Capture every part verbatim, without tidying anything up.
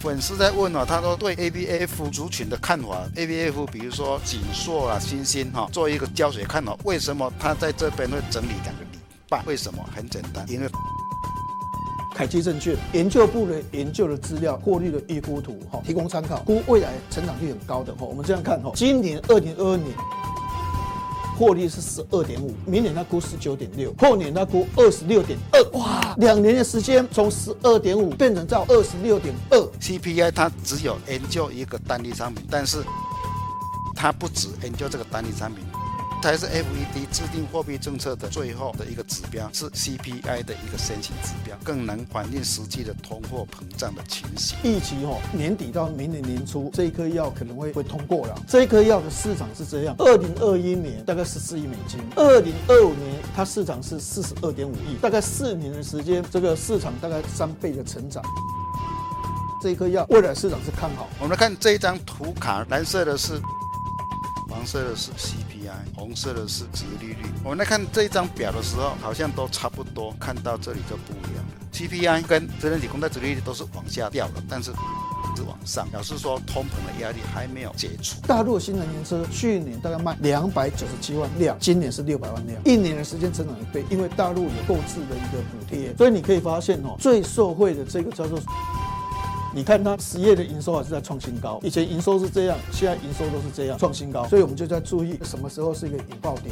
粉丝在问哦，他说对 A B F 族群的看法 ，A B F 比如说锦硕啊、新兴哈、哦，做一个胶水看法，为什么他在这边会整理两个礼拜？为什么？很简单，因为凯基证券研究部的研究的资料、获利的预估图哈，提供参考，估未来成长率很高的哈。我们这样看哈，今年二零二二年。获利是十二点五，明年它估十九点六，后年它估二十六点二，哇，两年的时间从十二点五变成到二十六点二。 C P I 它只有研究一个单一商品，但是它不只研究这个单一商品。才是 F E D 制定货币政策的最后的一个指标，是 C P I 的一个先行指标，更能反映实际的通货膨胀的情形。 预期哦，年底到明年年初，这一颗药可能会会通过了。这一颗药的市场是这样：二零二一年大概十四亿美金，二零二五年它市场是四十二点五亿，大概四年的时间，这个市场大概三倍的成长。这一颗药未来市场是看好。 我们来看这一张图卡，蓝色的是。黄色的是 C P I， 红色的是殖利率。我们来看这一张表的时候，好像都差不多，看到这里就不一样了。C P I 跟十年期公债殖利率都是往下掉的，但是是往上，表示说通膨的压力还没有解除。 大陆新能源车去年大概卖两百九十七万辆，今年是六百万辆，一年的时间成长一倍，因为大陆有购置的一个补贴，所以你可以发现哦，最受惠的这个叫做。你看它实业的营收还是在创新高，以前营收是这样，现在营收都是这样创新高，所以我们就在注意什么时候是一个引爆点。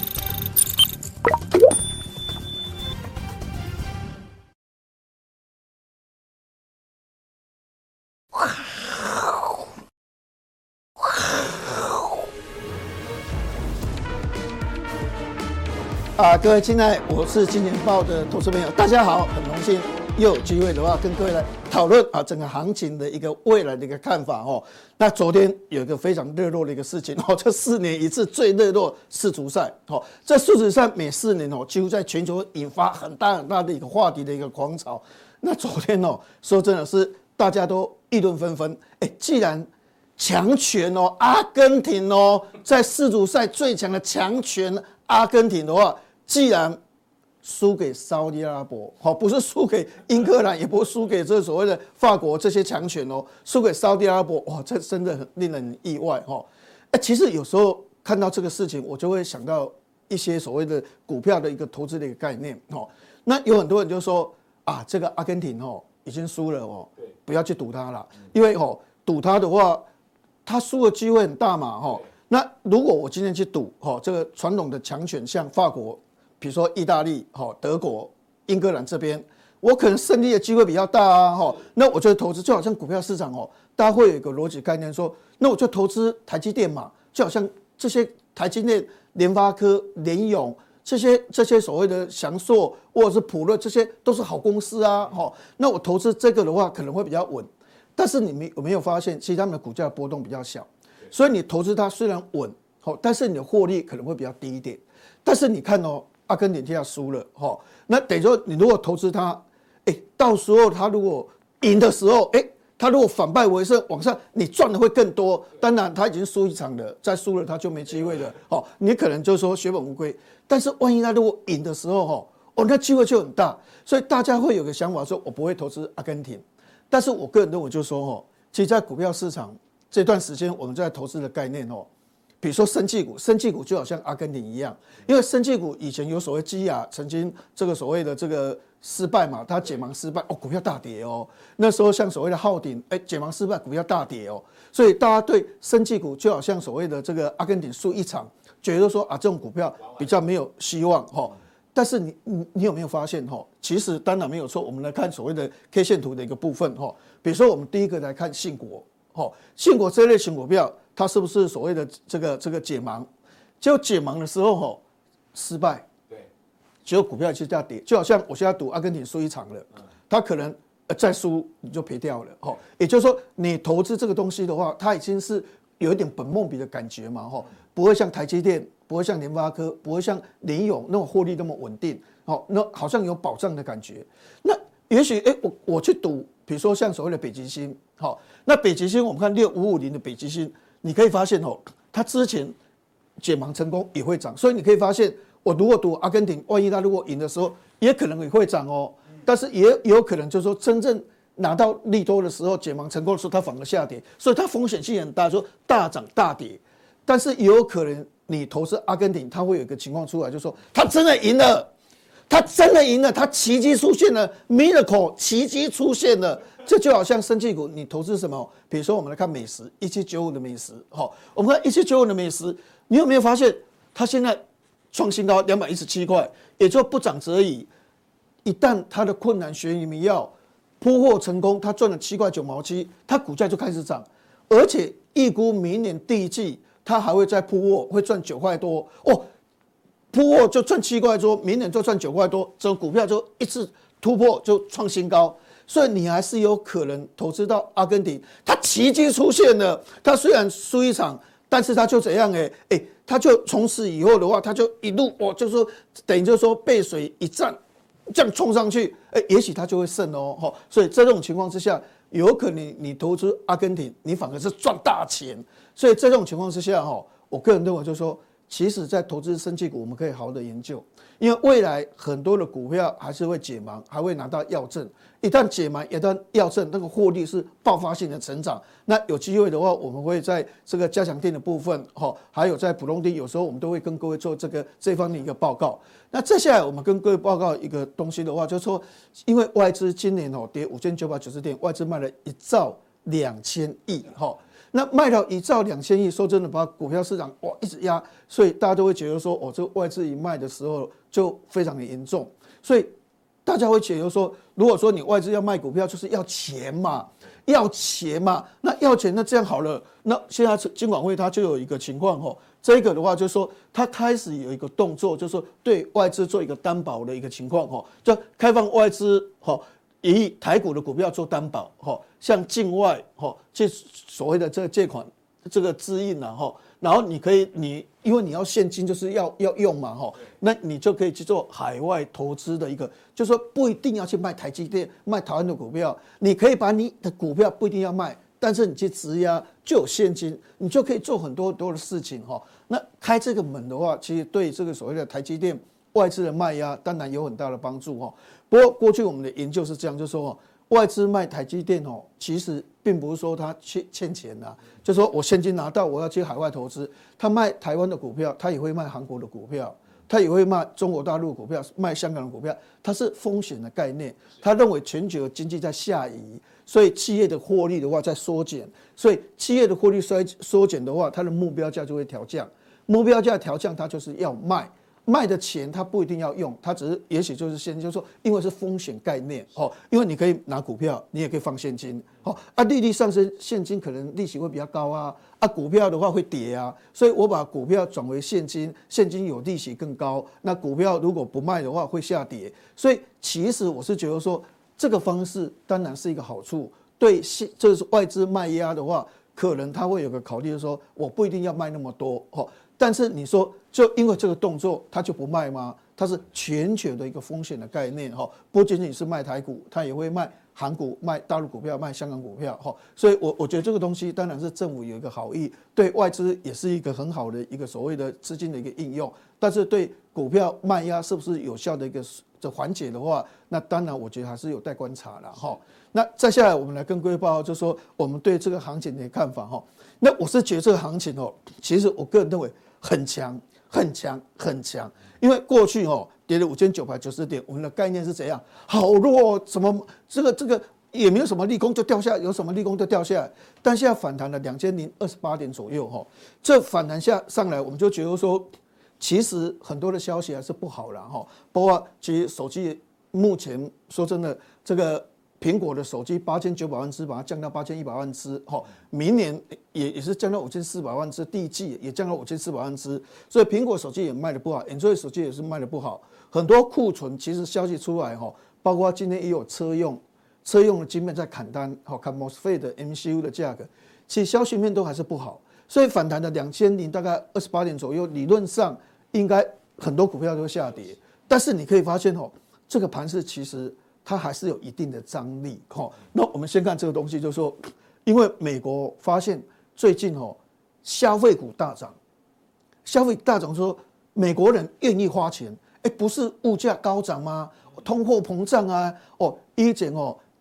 啊，各位亲爱，我是金钱豹的投资朋友，大家好，很荣幸。又有机会的话，跟各位来讨论啊，整个行情的一个未来的一个看法哦。那昨天有一个非常热络的一个事情哦，这四年一次最热络世足赛哦，这世足赛每四年哦，几乎在全球引发很大很大的一个话题的一个狂潮。那昨天哦，说真的是大家都议论纷纷。哎，既然强权哦，阿根廷哦，在世足赛最强的强权阿根廷的话，既然输给沙特阿拉伯，好，不是输给英格兰，也不是输给这所谓的法国这些强权哦，输给沙特阿拉伯，哇，这真的很令人意外哈。哎，其实有时候看到这个事情，我就会想到一些所谓的股票的一个投资的一个概念哦。那有很多人就说啊，这个阿根廷哦已经输了哦，不要去赌它了，因为哦赌它的话，它输的机会很大嘛哈。那如果我今天去赌哦，这个传统的强权像法国。比如说意大利、德国、英格兰这边，我可能胜利的机会比较大啊，那我就投资，就好像股票市场哦，大家会有一个逻辑概念说，那我就投资台积电嘛，就好像这些台积电、联发科、联咏这些这些所谓的祥硕或者是普瑞，这些都是好公司啊，那我投资这个的话可能会比较稳，但是你没有没有发现，其实他们的股价波动比较小，所以你投资它虽然稳，但是你的获利可能会比较低一点，但是你看哦。阿根廷要输了，哈，那等于说你如果投资它，哎，到时候它如果赢的时候，哎，它如果反败为胜往上，你赚的会更多。当然，它已经输一场了，再输了它就没机会了，哦，你可能就说血本无归。但是万一它如果赢的时候，哈，哦，那机会就很大。所以大家会有个想法说，我不会投资阿根廷。但是我个人认为就是说，哈，其实在股票市场这段时间，我们在投资的概念，哦。比如说生技股，生技股就好像阿根廷一样，因为生技股以前有所谓基亚曾经这个所谓的这个失败嘛，它解盲失败哦，股票大跌哦。那时候像所谓的浩鼎，哎，解盲失败，股票大跌哦。所以大家对生技股就好像所谓的这个阿根廷输一场，觉得说啊这种股票比较没有希望哈。但是你你你有没有发现哈？其实当然没有错。我们来看所谓的 K 线图的一个部分哈，比如说我们第一个来看信国，哈，信国这类型股票。它是不是所谓的这个这个解盲？结果解盲的时候吼失败，对，结果股票就下跌，就好像我现在赌阿根廷输一场了，它可能再输你就赔掉了吼。也就是说，你投资这个东西的话，它已经是有一点本梦比的感觉嘛吼，不会像台积电，不会像联发科，不会像联咏那种获利那么稳定，好，那好像有保障的感觉。那也许哎，我我去赌，比如说像所谓的北极星，好，那北极星我们看六五五零的北极星。你可以发现哦，它之前解盲成功也会涨，所以你可以发现，我如果赌阿根廷，万一它如果赢的时候，也可能也会涨哦。但是也也有可能就是说，真正拿到利多的时候，解盲成功的时候，它反而下跌，所以它风险性很大，说大涨大跌。但是也有可能你投资阿根廷，它会有一个情况出来，就是说它真的赢了，它真的赢了，它奇迹出现了 ，miracle 奇迹出现了。这就好像生技股，你投资什么？比如说我们来看美食，一七九五的美食，好，我们看一七九五的美食，你有没有发现它现在创新高两百一十七块，也就不涨则已。一旦它的困难悬疑迷药铺货成功，它赚了七块九毛七，它股价就开始涨，而且预估明年第一季它还会再铺货，会赚九块多哦，铺货就赚七块多，明年就赚九块多，这种股票就一次突破就创新高。所以你还是有可能投资到阿根廷，它奇迹出现了。它虽然输一场，但是它就怎样哎哎、欸，它就从此以后的话，它就一路哦，就是说等于就是说背水一战，这样冲上去，哎、欸，也许它就会胜哦。哈，所以在这种情况之下，有可能你投资阿根廷，你反而是赚大钱。所以在这种情况之下，哈，我个人认为就是说，其实在投资生技股，我们可以好好的研究，因为未来很多的股票还是会解盲，还会拿到药证。一旦解盲，一旦药证，那个获利是爆发性的成长。那有机会的话，我们会在这个加强店的部分，哈，还有在普通店，有时候我们都会跟各位做这个这方面一个报告。那接下来我们跟各位报告一个东西的话，就是说，因为外资今年哦跌五千九百九十点，外资卖了一兆两千亿，哈。那卖到一兆两千亿，说真的，把股票市场哇一直压，所以大家都会觉得说，哦，这个外资一卖的时候就非常的严重，所以大家会觉得说，如果说你外资要卖股票，就是要钱嘛，要钱嘛，那要钱，那这样好了，那现在金管会它就有一个情况哦，这个的话就是说，它开始有一个动作，就是说对外资做一个担保的一个情况哦，就开放外资哦。以台股的股票做担保，哈，像境外哈，这所谓的这个借款这个资印呐，哈，然后你可以你因为你要现金就是要要用嘛，哈，那你就可以去做海外投资的一个，就是说不一定要去卖台积电、卖台湾的股票，你可以把你的股票不一定要卖，但是你去质押就有现金，你就可以做很多很多的事情，哈。那开这个门的话，其实对这个所谓的台积电外资的卖压当然有很大的帮助，哈。不过过去我们的研究是这样，就是说外资卖台积电哦，其实并不是说他欠欠钱呐、啊，就是说我现金拿到，我要去海外投资，他卖台湾的股票，他也会卖韩国的股票，他也会卖中国大陆股票，卖香港的股票，它是风险的概念。他认为全球经济在下移，所以企业的获利的话在缩减，所以企业的获利衰缩减的话，它的目标价就会调降，目标价调降，它就是要卖。卖的钱他不一定要用，他只是也许就是现金，就是说，因为是风险概念哦，因为你可以拿股票，你也可以放现金，好啊，利率上升，现金可能利息会比较高啊，啊，股票的话会跌啊，所以我把股票转为现金，现金有利息更高，那股票如果不卖的话会下跌，所以其实我是觉得说这个方式当然是一个好处，对现这是外资卖压的话，可能他会有个考虑，就是说我不一定要卖那么多哦。但是你说，就因为这个动作，它就不卖吗？它是全球的一个风险的概念哈，不仅仅是卖台股，它也会卖韩股、卖大陆股票、卖香港股票哈。所以我我觉得这个东西当然是政府有一个好意，对外资也是一个很好的一个所谓的资金的一个应用。但是对股票卖压是不是有效的一个的缓解的话，那当然我觉得还是有待观察了哈。那再下来我们来跟各位报告，就是说我们对这个行情的看法哈。那我是觉得这个行情哦，其实我个人认为很强、很强、很强，因为过去哦跌了五千九百九十点，我们的概念是怎样？好弱，怎么这个这个也没有什么利空就掉下来，有什么利空就掉下来。但现在反弹了两千零二十八点左右哈，这反弹下上来，我们就觉得说，其实很多的消息还是不好了哈。包括其实手机目前说真的，这个苹果的手机八千九百万只，把它降到八千一百万只，哈，明年也也是降到五千四百万只，第一季也降到五千四百万只，所以苹果手机也卖得不好 ，Android 手机也是卖得不好，很多库存其实消息出来哈，包括今天也有车用车用的晶片在砍单，好看 M O S F E T 的 M C U 的价格，其实消息面都还是不好，所以反弹的两千零大概二十八点左右，理论上应该很多股票都下跌，但是你可以发现哦，这个盘势其实它还是有一定的张力，哈。那我们先看这个东西，就是说，因为美国发现最近哦，消费股大涨，消费大涨说美国人愿意花钱，哎，不是物价高涨吗？通货膨胀啊，哦，以前哦，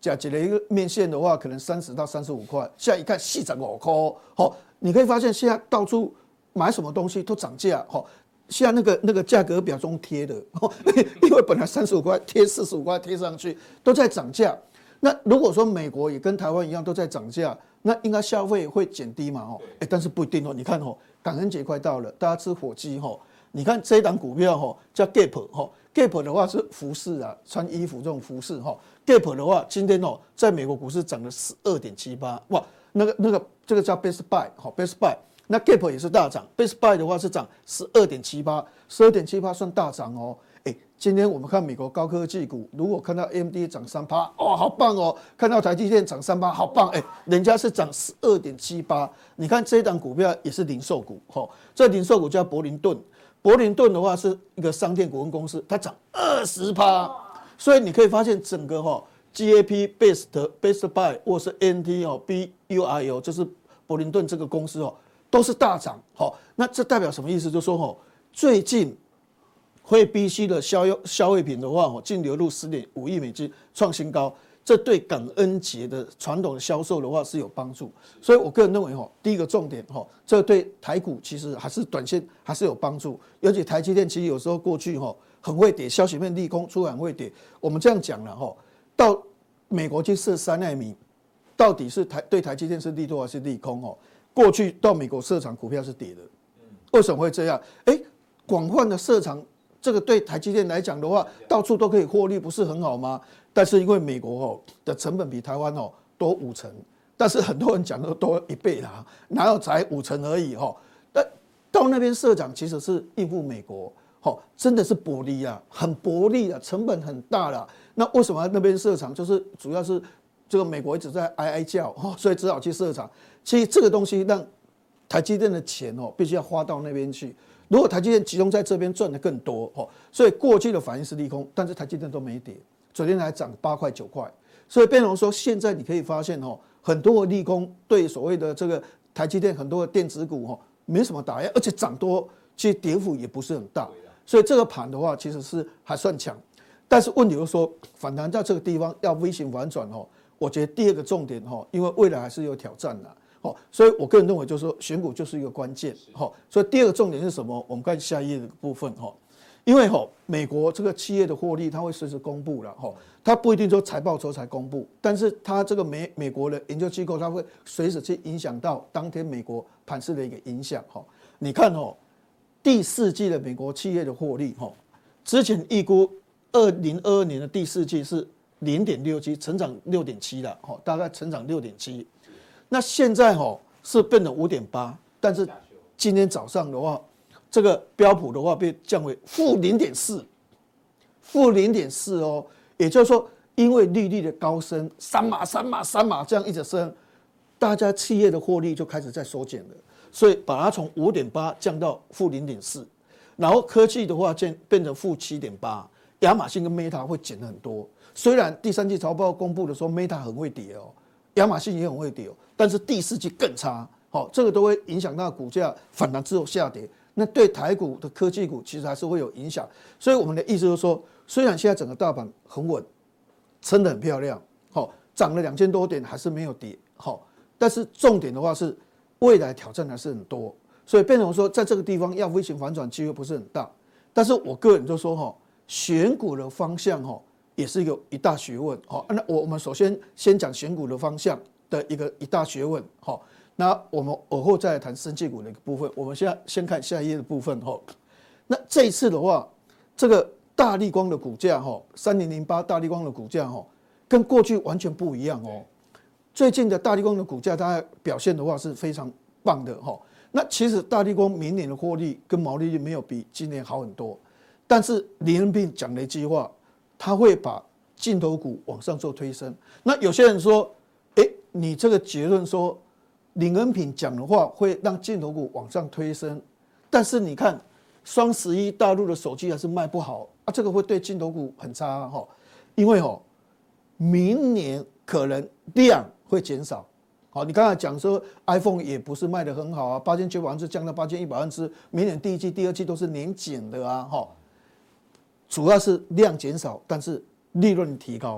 假一个面线的话，可能三十到三十五块，现在一看四十五块，好，你可以发现现在到处买什么东西都涨价，好，现在那个那个价格表中贴的，因为本来三十五块贴四十五块贴上去，都在涨价。那如果说美国也跟台湾一样都在涨价，那应该消费会减低嘛？哦，哎，但是不一定哦。你看哦，感恩节快到了，大家吃火鸡哈。你看这一档股票哈，叫 Gap 哈 ，Gap 的话是服饰啊，穿衣服这种服饰哈。Gap 的话，今天哦，在美国股市涨了十二点七八，哇，那个那个这个叫 Best Buy 哈 ，Best Buy， 那 Gap 也是大涨 ，Best Buy 的话是涨十二点七八，十二点七八算大涨哦。哎，今天我们看美国高科技股，如果看到 A M D 涨三趴，哦，好棒哦！看到台积电涨三趴，好棒！哎，人家是涨十二点七八。你看这一档股票也是零售股，哈、哦，这零售股叫柏林顿。柏林顿的话是一个商店股份公司，它涨二十趴。所以你可以发现整个哈、哦、G A P Best Best Buy 或是 N T 哦 B U R L， 就是柏林顿这个公司哦，都是大涨。好、哦，那这代表什么意思？就是说哦，最近。会 B C 的消消费品的话，净流入十点五亿美金，创新高。这对感恩节的传统的销售的话是有帮助。所以我个人认为，哈，第一个重点，哈，这对台股其实还是短线还是有帮助。尤其台积电其实有时候过去哈很会跌，消息面利空，出来很会跌。我们这样讲了哈，到美国去设三奈米，到底是台对台积电是利多还是利空？哦，过去到美国设厂股票是跌的，为什么会这样？哎，广泛的设厂。这个对台积电来讲的话，到处都可以获利，不是很好吗？但是因为美国哦的成本比台湾哦多五成，但是很多人讲的多一倍啦，哪有才五成而已哈？但到那边设厂其实是应付美国，哦，真的是薄利啊，很薄利啊，成本很大啦。那为什么那边设厂？就是主要是这个美国一直在哀哀叫，所以只好去设厂。其实这个东西让台积电的钱哦必须要花到那边去。如果台积电集中在这边赚的更多，所以过去的反应是利空，但是台积电都没跌，昨天还涨八块九块，所以变成说现在你可以发现很多的利空对所谓的这个台积电很多的电子股没什么打压，而且涨多，其实跌幅也不是很大，所以这个盘的话其实是还算强，但是问题就是说反弹到这个地方要 V 型反转，我觉得第二个重点，因为未来还是有挑战的。哦，所以我个人认为就是说选股就是一个关键。好，所以第二个重点是什么？我们看下一页的部分哈，因为哈美国这个企业的获利它会随时公布了哈，它不一定说财报之后才公布，但是它这个美美国的研究机构它会随时去影响到当天美国盘势的一个影响哈。你看哦，第四季的美国企业的获利哈，之前预估二零二二年的第四季是零点六七，成长六点七了哈，大概成长六点七。那现在哈是变成五点八，但是今天早上的话，这个标普的话被降为负零点四，负零点四哦，也就是说，因为利率的高升，三码三码三码这样一直升，大家企业的获利就开始在缩减了，所以把它从五点八降到负零点四，然后科技的话变变成负七点八，亚马逊跟 Meta 会减很多，虽然第三季财报公布的时候 Meta 很会跌哦。亚马逊也很会跌，但是第四季更差，好，这个都会影响到股价反弹之后下跌。那对台股的科技股其实还是会有影响。所以我们的意思就是说，虽然现在整个大盘很稳，撑得很漂亮，好，涨了两千多点还是没有跌，好，但是重点的话是未来挑战还是很多，所以变成说在这个地方要 V 型反转机会不是很大。但是我个人就说哈，选股的方向哈。也是一个一大学问，好，那我们首先先讲选股的方向的一个一大学问，好，那我们而后再来谈生技股的一个部分。我们现在先看下一页的部分，哈，那这一次的话，这个大立光的股价，哈，三零零八大立光的股价，哈，跟过去完全不一样哦。最近的大立光的股价，它表现的话是非常棒的，哈。那其实大立光明年的获利跟毛利率没有比今年好很多，但是林恩平讲了一句话。他会把镜头股往上做推升。那有些人说，哎，你这个结论说林恩平讲的话会让镜头股往上推升，但是你看双十一大陆的手机还是卖不好啊，这个会对镜头股很差哈，因为哦，明年可能量会减少。好，你刚才讲说 iPhone 也不是卖得很好啊，八千九百万只降到八千一百万只，明年第一季、第二季都是年减的啊，哈。主要是量减少，但是利润提高，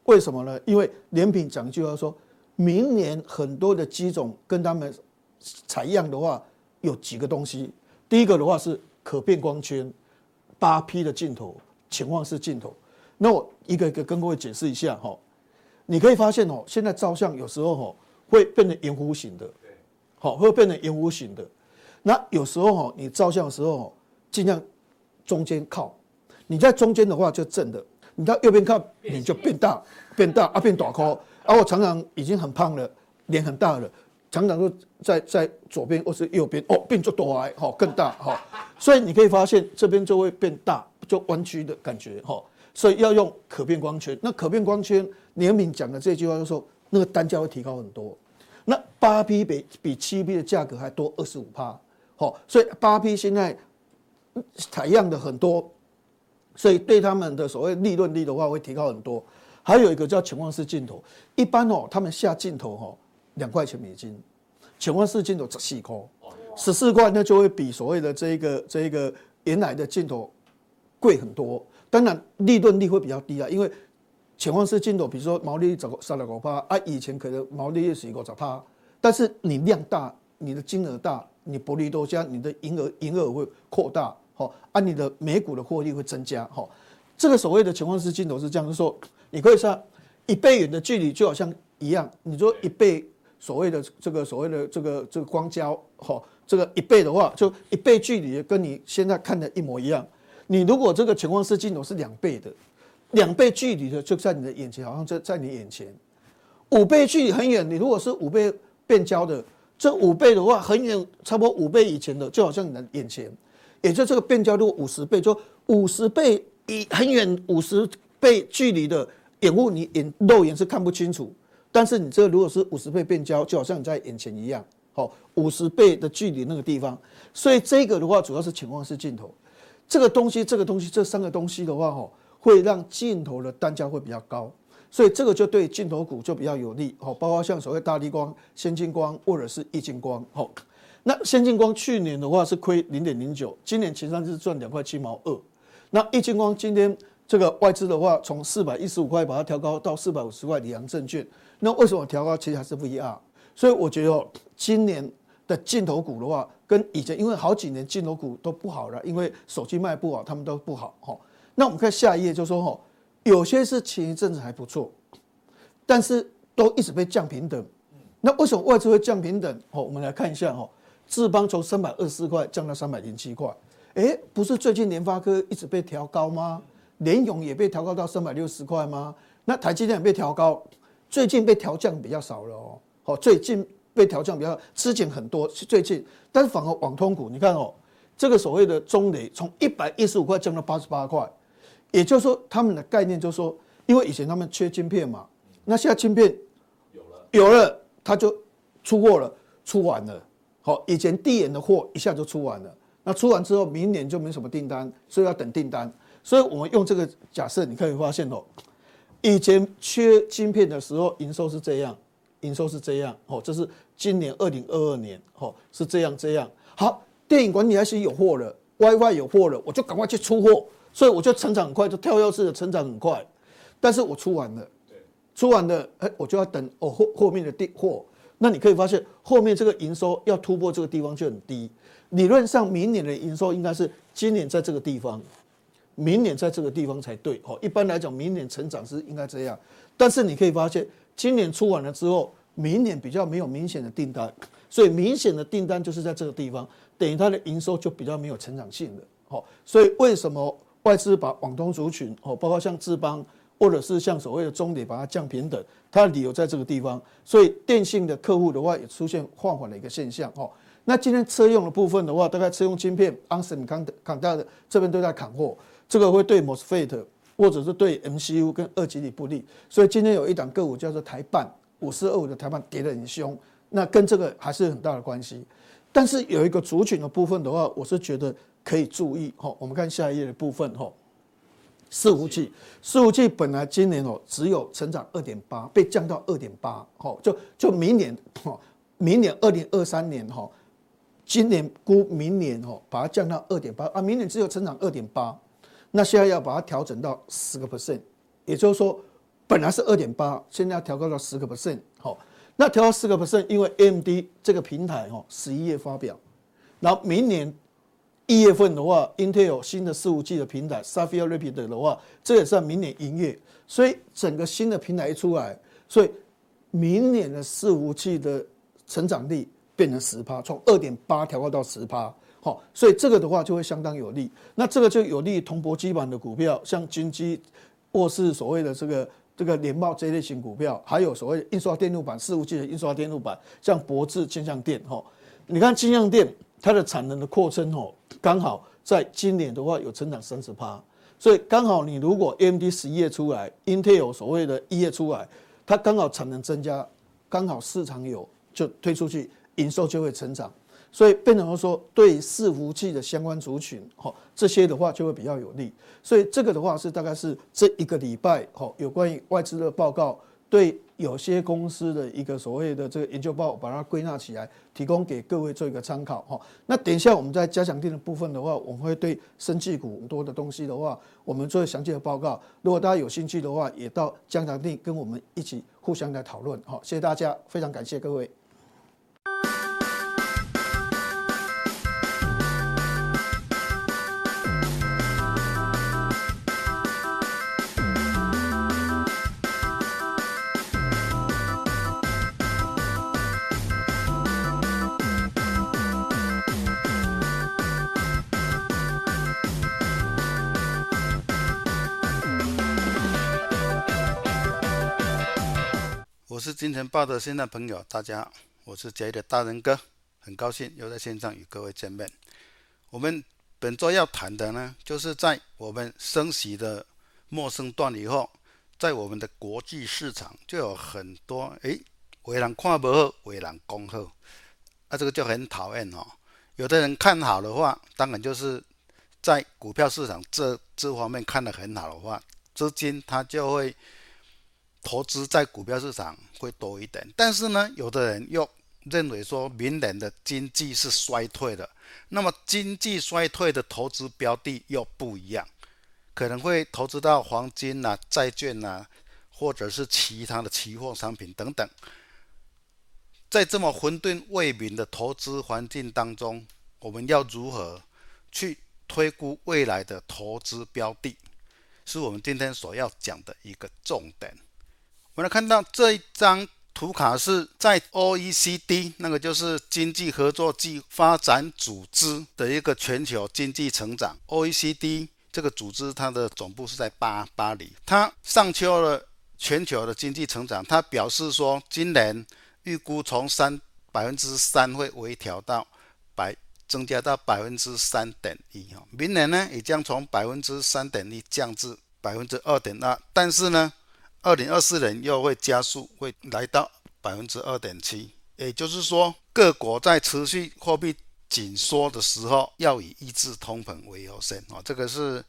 为什么呢？因为联评讲一句话说，明年很多的机种跟他们采样的话，有几个东西。第一个的话是可变光圈，八 P 的镜头，潜望式镜头。那我一个一个跟各位解释一下哈。你可以发现哦，现在照相有时候哦会变成圆弧形的，好，会变成圆弧形的。那有时候哦，你照相的时候尽量中间靠，你在中间的话就正的，你到右边靠你就变大，变大啊变大颗。啊，我常常已经很胖了，脸很大了，常常都在在左边或是右边哦变就多来，好更大哈。所以你可以发现这边就会变大，就弯曲的感觉哈。所以要用可变光圈。那可变光圈，联名讲的这句话就是说，那个单价会提高很多。那八 P 比比七 P 的价格还多二十五趴，好，所以八 P 现在采样的很多，所以对他们的所谓利润率的话会提高很多。还有一个叫潜望式镜头，一般哦，他们下镜头哦两块钱美金，潜望式镜头十四块，十四块那就会比所谓的这个这个原来的镜头贵很多。当然利润率会比较低啊，因为潜望式镜头，比如说毛利率三十五趴啊，以前可能毛利率是五十趴，但是你量大，你的金额大，你薄利多销，你的营额营额会扩大，好，啊，你的每股的获利会增加，好，这个所谓的潜望式镜头是这样，就是说你可以说一倍远的距离就好像一样，你说一倍所谓的这个所谓的这个这个光焦，好，这个一倍的话，就一倍距离跟你现在看的一模一样。你如果这个潜望式镜头是两倍的，两倍距离的就在你的眼前，好像在在你眼前。五倍距离很远，你如果是五倍变焦的，这五倍的话很远，差不多五倍以前的，就好像你的眼前。也就这个变焦如果五十倍，就五十倍以很远五十倍距离的眼物，你眼肉眼是看不清楚。但是你这个如果是五十倍变焦，就好像你在眼前一样。好，五十倍的距离那个地方，所以这个的话主要是潜望式镜头。这个东西，这个东西，这三个东西的话，哈，会让镜头的单价会比较高，所以这个就对镜头股就比较有利，好，包括像所谓大立光、先进光或者是易晶光，好，那先进光去年的话是亏零点零九，今年前三季赚两块七毛二，那易晶光今天这个外资的话从四百一十五块把它调高到四百五十块，里昂证券，那为什么调高？其实还是 V R， 所以我觉得今年的镜头股的话，跟以前因为好几年镜头股都不好了，因为手机卖不好，他们都不好哈。那我们看下一页，就说哈，有些是前一阵子还不错，但是都一直被降平等。那为什么外资会降平等？哦，我们来看一下哈，智邦从三百二十四块降到三百零七块，哎，不是最近联发科一直被调高吗？联咏也被调高到三百六十块吗？那台积电也被调高，最近被调降比较少了哦。好，最近被调降比较，之前很多最近，但是反而网通股，你看哦，这个所谓的中磊从一百一十五块降到八十八块，也就是说他们的概念就是说，因为以前他们缺晶片嘛，那现在晶片有了，有了，他就出货了，出完了。好，以前递延的货一下就出完了，那出完之后，明年就没什么订单，所以要等订单。所以我们用这个假设，你可以发现哦，以前缺晶片的时候，营收是这样。营收是这样，哦，这是今年二零二二年，哦，是这样这样。好，电影管理 I C 有货了 ，WiFi 有货了，我就赶快去出货，所以我就成长很快，就跳跃式的成长很快。但是我出完了，出完了，哎，我就要等哦后后面的订货。那你可以发现，后面这个营收要突破这个地方就很低。理论上，明年的营收应该是今年在这个地方，明年在这个地方才对。哦，一般来讲，明年成长是应该这样。但是你可以发现，今年出完了之后，明年比较没有明显的订单，所以明显的订单就是在这个地方，等于它的营收就比较没有成长性了。好，所以为什么外资把网通族群，包括像智邦或者是像所谓的中磊把它降平等，它的理由在这个地方。所以电信的客户的话也出现放缓的一个现象。那今天车用的部分的话，大概车用晶片、安森康康大的这边都在砍货，这个会对 MOSFET。或者是对 M C U 跟二极体不利，所以今天有一档个股叫做台半五四二五的台半跌得很凶，那跟这个还是很大的关系。但是有一个族群的部分的话，我是觉得可以注意哈。我们看下一页的部分哈，伺服器，伺服器本来今年哦只有成长二点八，被降到二点八，哈，就就明年哈，明年二零二三年哈，今年估明年哈把它降到二点八啊，明年只有成长二点八。那现在要把它调整到十个 percent， 也就是说本来是 二点八， 现在要调高到 百分之十， 好，那调到 百分之十， 因为 A M D 这个平台哦十一月发表，然后明年一月份的话 Intel 新的伺服器的平台 Sapphire Rapids 的话，这也是明年营业，所以整个新的平台一出来，所以明年的伺服器的成长力变成 百分之十， 从 二点八 调高到 百分之十， 好，所以这个的话就会相当有利，那这个就有利铜箔基板的股票，像金基或是所谓的这个这个联茂这一类型股票，还有所谓的印刷电路板伺服器的印刷电路板，像博智、金像电，哈，你看金像电它的产能的扩增，哦，刚好在今年的话有成长 百分之三十， 所以刚好你如果 A M D 十一月出来 ，Intel 所谓的一月出来，它刚好产能增加，刚好市场有就推出去，营收就会成长。所以变成说，对伺服器的相关族群，哈，这些的话就会比较有利。所以这个的话是大概是这一个礼拜，哈，有关于外资的报告，对有些公司的一个所谓的这个研究报告，把它归纳起来，提供给各位做一个参考，哈。那等一下我们在加强定的部分的话，我们会对生技股很多的东西的话，我们做详细的报告。如果大家有兴趣的话，也到加强定跟我们一起互相来讨论，好，谢谢大家，非常感谢各位。 我是金钱豹的线上朋友，大家好，我是嘉义的大仁哥，很高兴又在线上与各位见面。我们本周要谈的呢，就是在我们升息的末升段以后，在我们的国际市场就有很多诶，有的人看不好，有的人讲好，啊，这个就很讨厌哦。有的人看好的话，当然就是在股票市场这这方面看得很好的话，资金它就会投资在股票市场会多一点，但是呢，有的人又认为说明年的经济是衰退的，那么经济衰退的投资标的又不一样，可能会投资到黄金啊、债券啊，或者是其他的期货商品等等。在这么混沌未明的投资环境当中，我们要如何去推估未来的投资标的，是我们今天所要讲的一个重点。我们来看到这一张图卡是在 O E C D， 那个就是经济合作暨发展组织的一个全球经济成长。O E C D 这个组织它的总部是在巴巴黎，它上修了全球的经济成长，它表示说今年预估从百分之三会微调到百增加到 百分之三点一， 明年呢也将从 百分之三点一 降至 百分之二点二， 但是呢二零二四年又会加速，会来到 百分之二点七， 也就是说各国在持续货币紧缩的时候要以抑制通膨为优先，这个是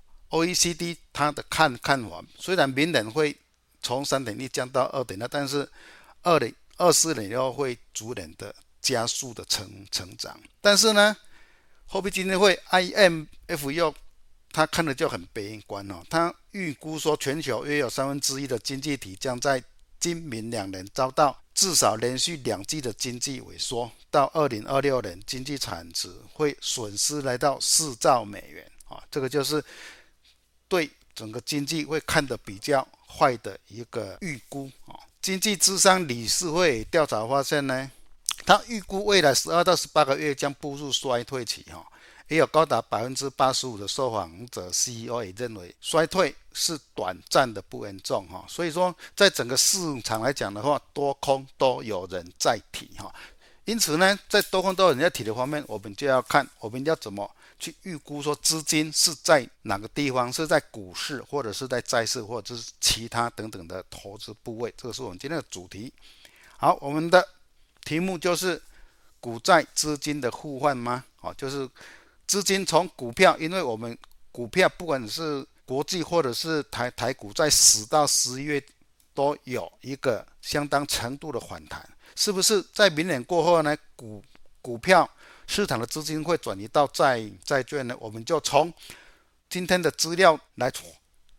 O E C D 它的 看, 看法。虽然明年会从 三点一 降到 二点二， 但是二零二四年又会逐年的加速的 成, 成长。但是呢货币基金会 I M F 又他看的就很悲观哦，他预估说全球约有三分之一的经济体将在今明两年遭到至少连续两季的经济萎缩，到二零二六年经济产值会损失来到四兆美元啊、哦，这个就是对整个经济会看得比较坏的一个预估啊、哦。经济智商理事会调查发现呢，他预估未来十二到十八个月将步入衰退期哈、哦。也有高达 百分之八十五 的受访者 C E O 也认为衰退是短暂的不严重，所以说在整个市场来讲的话，多空都有人在提。因此呢，在多空都有人在提的方面，我们就要看我们要怎么去预估说资金是在哪个地方，是在股市或者是在债市或者是其他等等的投资部位，这个是我们今天的主题。好，我们的题目就是股债资金的互换吗？就是资金从股票，因为我们股票不管是国际或者是台台股，在十到十一月都有一个相当程度的反弹，是不是在明年过后呢？股股票市场的资金会转移到债债券呢？我们就从今天的资料来去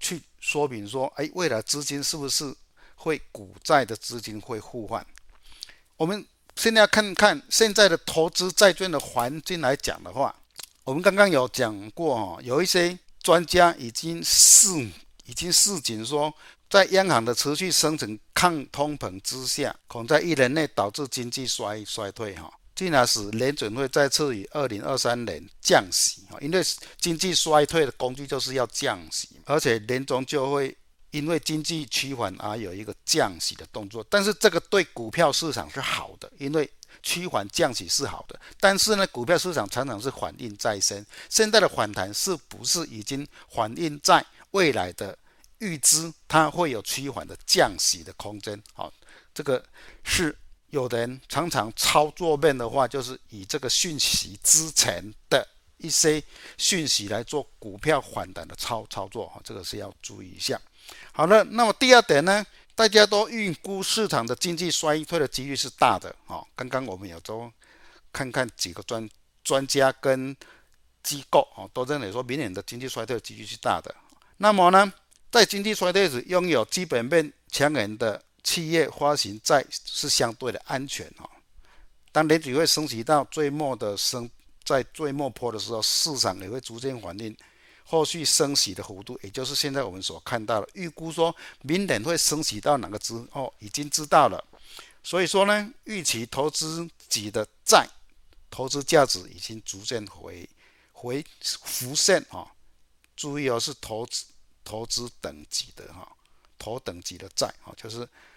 说明说，哎，未来资金是不是会股债的资金会互换？我们现在要看看现在的投资债券的环境来讲的话，我们刚刚有讲过哦，有一些专家已经示已经示警说，在央行的持续升息抗通膨之下，恐在一年内导致经济衰衰退哈。进而使联准会再次于二零二三年降息，因为经济衰退的工具就是要降息，而且年终就会因为经济趋缓而有一个降息的动作。但是这个对股票市场是好的，因为趋缓降息是好的，但是呢，股票市场常常是反映在身，现在的反弹是不是已经反映在未来的预知它会有趋缓的降息的空间？好，这个是。有的人常常操作面的话，就是以这个讯息之前的一些讯息来做股票反弹的操操作，这个是要注意一下。好了，那么第二点呢，大家都预估市场的经济衰退的几率是大的。刚刚我们有都看看几个专专家跟机构都认为说，明年的经济衰退的几率是大的。那么呢，在经济衰退时，拥有基本面强硬的企业发行债是相对的安全哈。当联储会升息到最末的升，在最末坡的时候，市场也会逐渐反映后续升息的幅度，也就是现在我们所看到的，预估说明年会升息到哪个之后已经知道了。所以说呢，预期投资级的债投资价值已经逐渐回回浮现哈。注意哦，是投资投资等级的哈，投等级的债哈，就是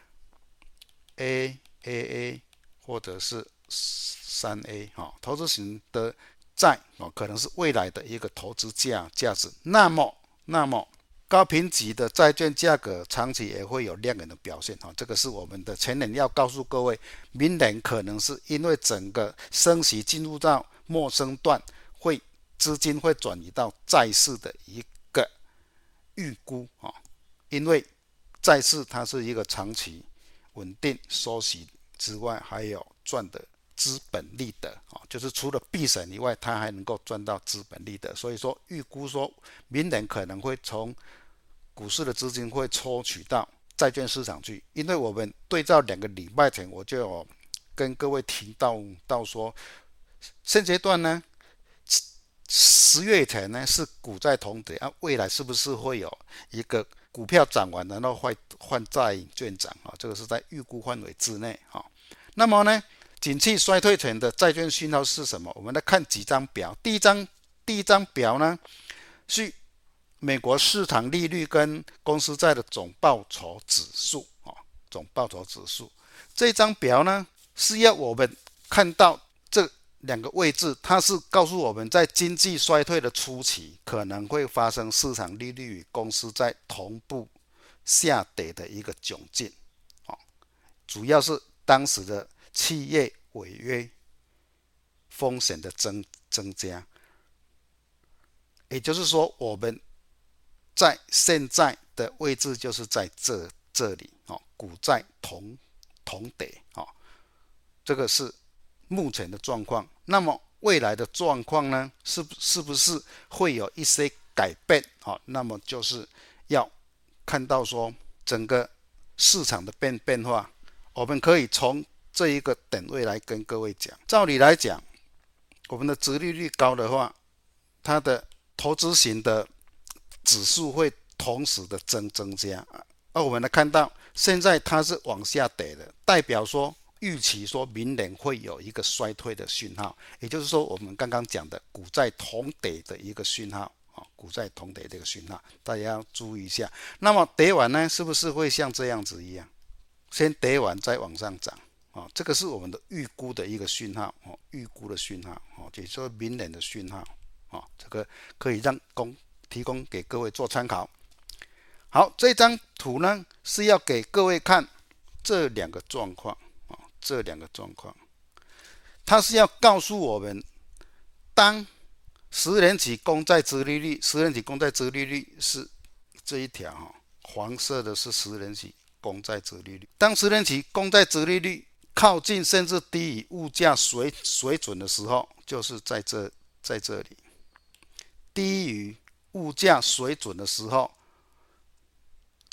。A、A A 或者是 三 A 投资型的债可能是未来的一个投资价价值。那么，那么高评级的债券价格长期也会有亮眼的表现。这个是我们的前年要告诉各位，明年可能是因为整个升息进入到末升段，会资金会转移到债市的一个预估。因为债市它是一个长期稳定收息之外，还有赚的资本利得，就是除了避险以外，它还能够赚到资本利得。所以说，预估说明年可能会从股市的资金会抽取到债券市场去。因为我们对照两个礼拜前，我就有跟各位提到到说，现阶段呢，十月以前呢是股债同跌啊，未来是不是会有一个股票涨完，然后换换债券涨啊？这个是在预估范围之内啊。那么呢，景气衰退前的债券讯号是什么？我们来看几张表。第一张，第一张表呢是美国市场利率跟公司债的总报酬指数啊，总报酬指数。这张表呢是要我们看到这两个位置，它是告诉我们在经济衰退的初期可能会发生市场利率与公司债同步下跌的一个窘境，主要是当时的企业违约风险的增增加。也就是说，我们在现在的位置就是在这这里，股债同同跌，这个是目前的状况。那么未来的状况呢，是是不是会有一些改变？好，那么就是要看到说整个市场的变变化，我们可以从这一个点位来跟各位讲。照理来讲，我们的殖利率高的话，它的投资型的指数会同时的增增加。而我们来看到，现在它是往下跌的，代表说预期说明年会有一个衰退的讯号，也就是说我们刚刚讲的股债同跌的一个讯号，股债同跌的一个讯号，大家要注意一下。那么跌完呢，是不是会像这样子一样，先跌完再往上涨？这个是我们的预估的一个讯号，预估的讯号，也就是说明年的讯号，这个可以让供提供给各位做参考。好，这张图呢是要给各位看这两个状况。这两个状况，它是要告诉我们，当十年期公债殖利率，十年期公债殖利率是这一条哈，黄色的是十年期公债殖利率。当十年期公债殖利率靠近甚至低于物价水水准的时候，就是在这在这里，低于物价水准的时候，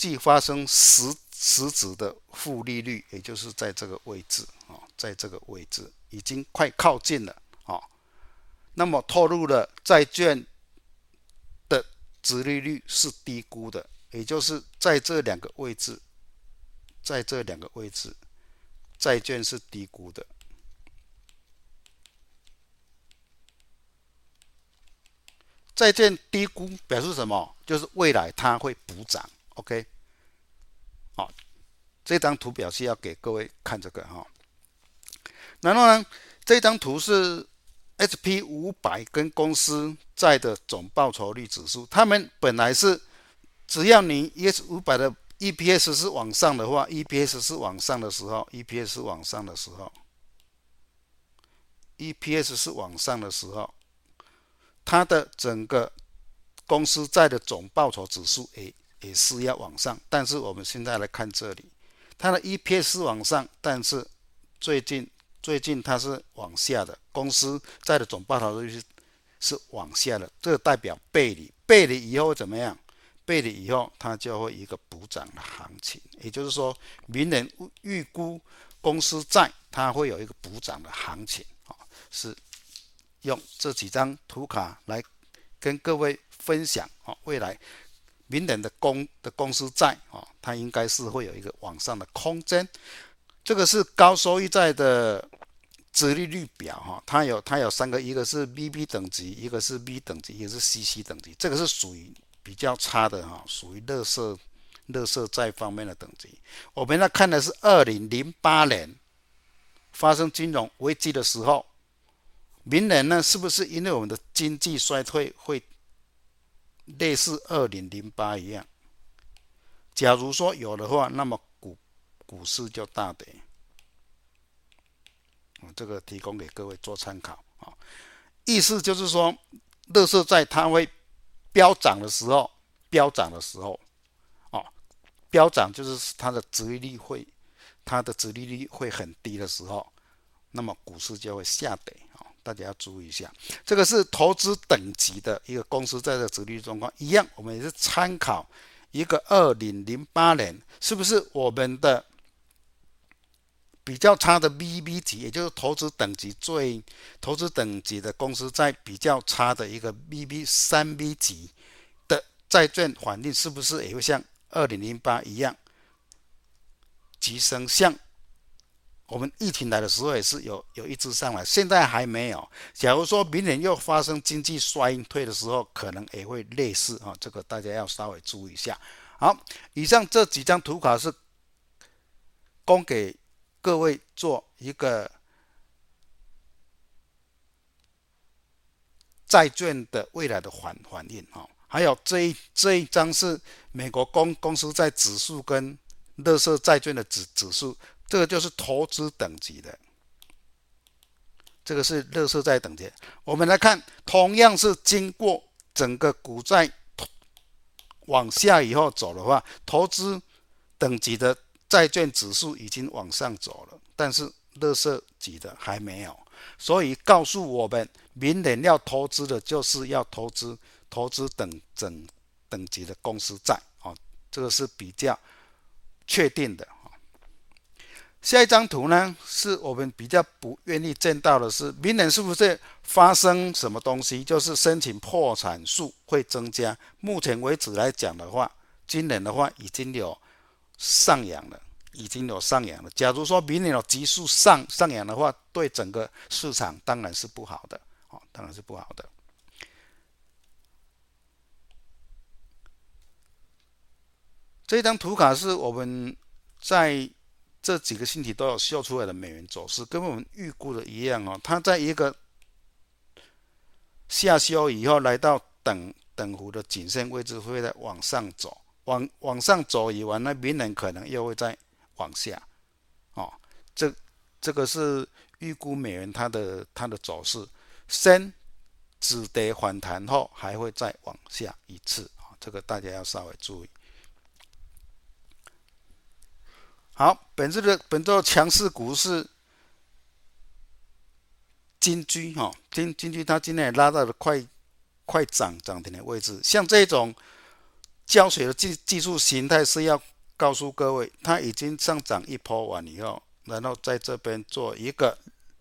计发生实实质的负利率，也就是在这个位置啊，在这个位置已经快靠近了啊。那么透露了债券的殖利率是低估的，也就是在这两个位置，在这两个位置，债券是低估的。债券低估表示什么？就是未来它会补涨。OK， 好，这张图表是要给各位看这个哈。然后呢，这张图是 S and P 五百跟公司债的总报酬率指数，他们本来是只要你 S and P 五百的 E P S 是往上的话 ，E P S 是往上的时候 ，E P S 是往上的时候 ，E P S 是往上的时候。它的整个公司债的总报酬指数也也是要往上，但是我们现在来看这里，它的 E P S 是往上，但是最近最近它是往下的，公司债的总报酬率是是往下的，这代表背离，背离以后怎么样？背离以后它就会一个补涨的行情，也就是说，明年预估公司债它会有一个补涨的行情，是。用这几张图卡来跟各位分享未来明年的公的公司债它应该是会有一个往上的空间。这个是高收益债的殖利率表，它有它有三个，一个是 B B 等级，一个是 B 等级，一个是 C C 等级。这个是属于比较差的，属于垃圾垃圾债方面的等级。我们来看的是二零零八年发生金融危机的时候。明年呢，是不是因为我们的经济衰退会类似二零零八一样？假如说有的话，那么股股市就大跌。这个提供给各位做参考啊。意思就是说，垃圾债它会飙涨的时候，飙涨的时候，哦，飙涨就是它的殖利率会，它的殖利率会很低的时候，那么股市就会下跌。大家要注意一下，这个是投资等级的一个公司债的殖利率状况，一样，我们也是参考一个二零零八年，是不是我们的比较差的 B B 级，也就是投资等级最投资等级的公司债比较差的一个 B B 三 B 级的债券环境，是不是也会像二零零八一样急升？像我们疫情来的时候也是有有一支上来，现在还没有。假如说明年又发生经济衰退的时候，可能也会类似啊，这个大家要稍微注意一下。好，以上这几张图卡是供给各位做一个债券的未来的反反应啊。还有这一这一张是美国公公司债指数跟垃圾债券的指指数。这个就是投资等级的，这个是垃圾债等级。我们来看，同样是经过整个股债往下以后走的话，投资等级的债券指数已经往上走了，但是垃圾级的还没有。所以告诉我们，明年要投资的就是要投资投资等等等级的公司债啊，这个是比较确定的。下一张图呢，是我们比较不愿意见到的是，明年是不是发生什么东西？就是申请破产数会增加。目前为止来讲的话，今年的话已经有上扬了，已经有上扬了。假如说明年有急速上上扬的话，对整个市场当然是不好的，哦，当然是不好的。这张图卡是我们在这几个星期都有秀出来的美元走势，跟我们预估的一样哦。它在一个下修以后，来到等等幅的颈线位置，会再往上走，往往上走以完，那明年可能又会再往下。哦，这这个是预估美元它的它的走势，先止跌反弹后，还会再往下一次。哦，这个大家要稍微注意。好，本次的本周强势股是金居哈，金金居它今天也拉到了快快涨涨停的位置。像这种教学的技技术形态是要告诉各位，它已经上涨一波完以后，然后在这边做一个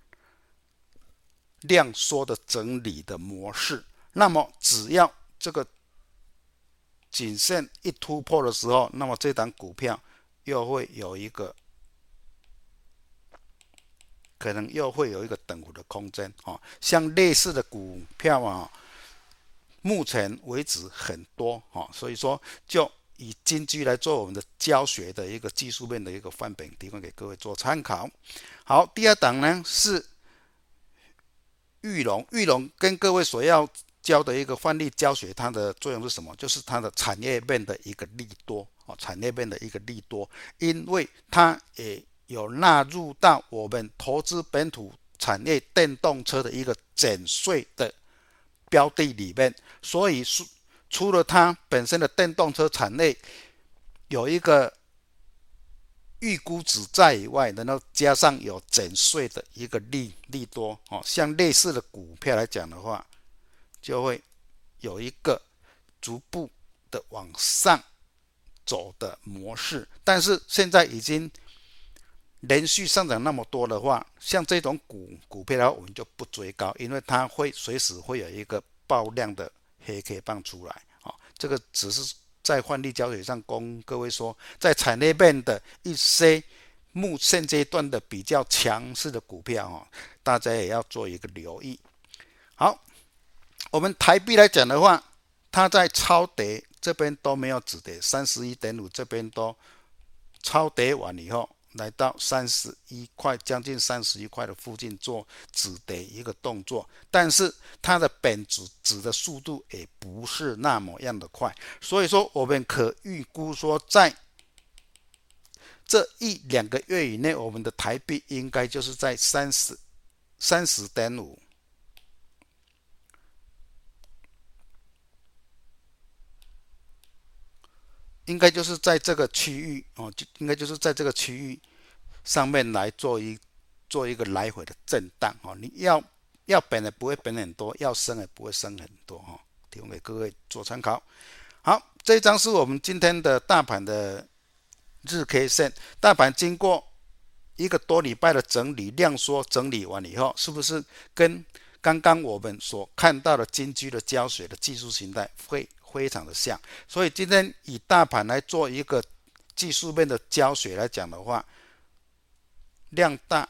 量缩的整理的模式。那么只要这个颈线一突破的时候，那么这档股票又会有一个可能又会有一个等幅的空间、哦、像类似的股票啊，目前为止很多、哦、所以说就以金居来做我们的教学的一个技术面的一个范本，提供给各位做参考。好，第二档呢是裕隆，裕隆跟各位所要教的一个范例教学，它的作用是什么？就是它的产业面的一个利多、哦、产业面的一个利多，因为它也有纳入到我们投资本土产业电动车的一个减税的标的里面，所以除了它本身的电动车产业有一个预估值在以外，然后加上有减税的一个利利多、哦、像类似的股票来讲的话，就会有一个逐步的往上走的模式。但是现在已经连续上涨那么多的话，像这种股股票的话，我们就不追高，因为它会随时会有一个爆量的黑 K 棒出来、哦、这个只是在换利教学上跟各位说，在产业面的一些目现阶段的比较强势的股票、哦、大家也要做一个留意。好，我们台币来讲的话，它在超跌这边都没有止跌， 三十一点五 这边都超跌完以后，来到三十一块，将近三十一块的附近做止跌一个动作，但是它的贬值值的速度也不是那么样的快，所以说我们可预估说，在这一两个月以内，我们的台币应该就是在三十 三十点五，应该就是在这个区域、哦、就应该就是在这个区域上面来做一做一个来回的震荡、哦、你要要贬的不会贬很多，要升也不会升很多、哦、提供给各位做参考。好，这一张是我们今天的大盘的日 K 线，大盘经过一个多礼拜的整理量缩整理完以后，是不是跟刚刚我们所看到的金居的教学的技术形态会非常的像？所以今天以大盘来做一个技术面的教学来讲的话，量大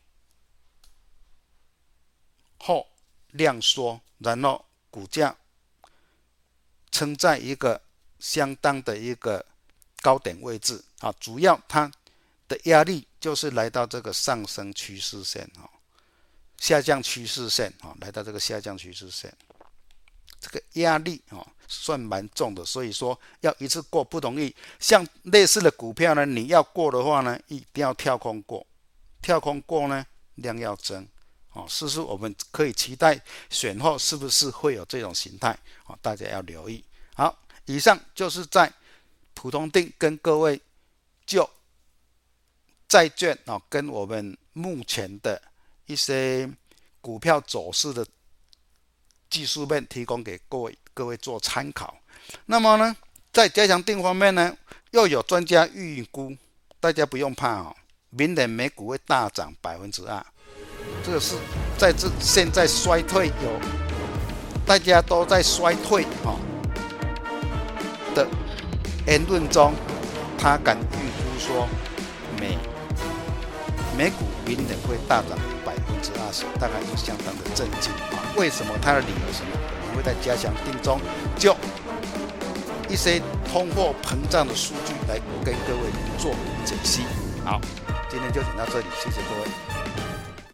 后量缩，然后股价撑在一个相当的一个高点位置啊，主要它的压力就是来到这个上升趋势线啊，下降趋势线啊，来到这个下降趋势线，这个压力啊算蛮重的，所以说要一次过不容易。像类似的股票呢，你要过的话呢，一定要跳空过，跳空过呢，量要增。哦，是不是我们可以期待选后是不是会有这种形态？哦，大家要留意。好，以上就是在普通定跟各位就债券哦，跟我们目前的一些股票走势的技术面提供给各位各位做参考。那么呢，在加强定方面呢，又有专家预估，大家不用怕哦，明年美股会大涨百分之二。这个是在这现在衰退有大家都在衰退、哦、的言论中，他敢预估说美美股明年会大涨百分之二十，大概就相当的震惊、啊、为什么？他的理由是什么？我们会在加强定中就一些通货膨胀的数据来跟各位做解析。好，今天就讲到这里，谢谢各位。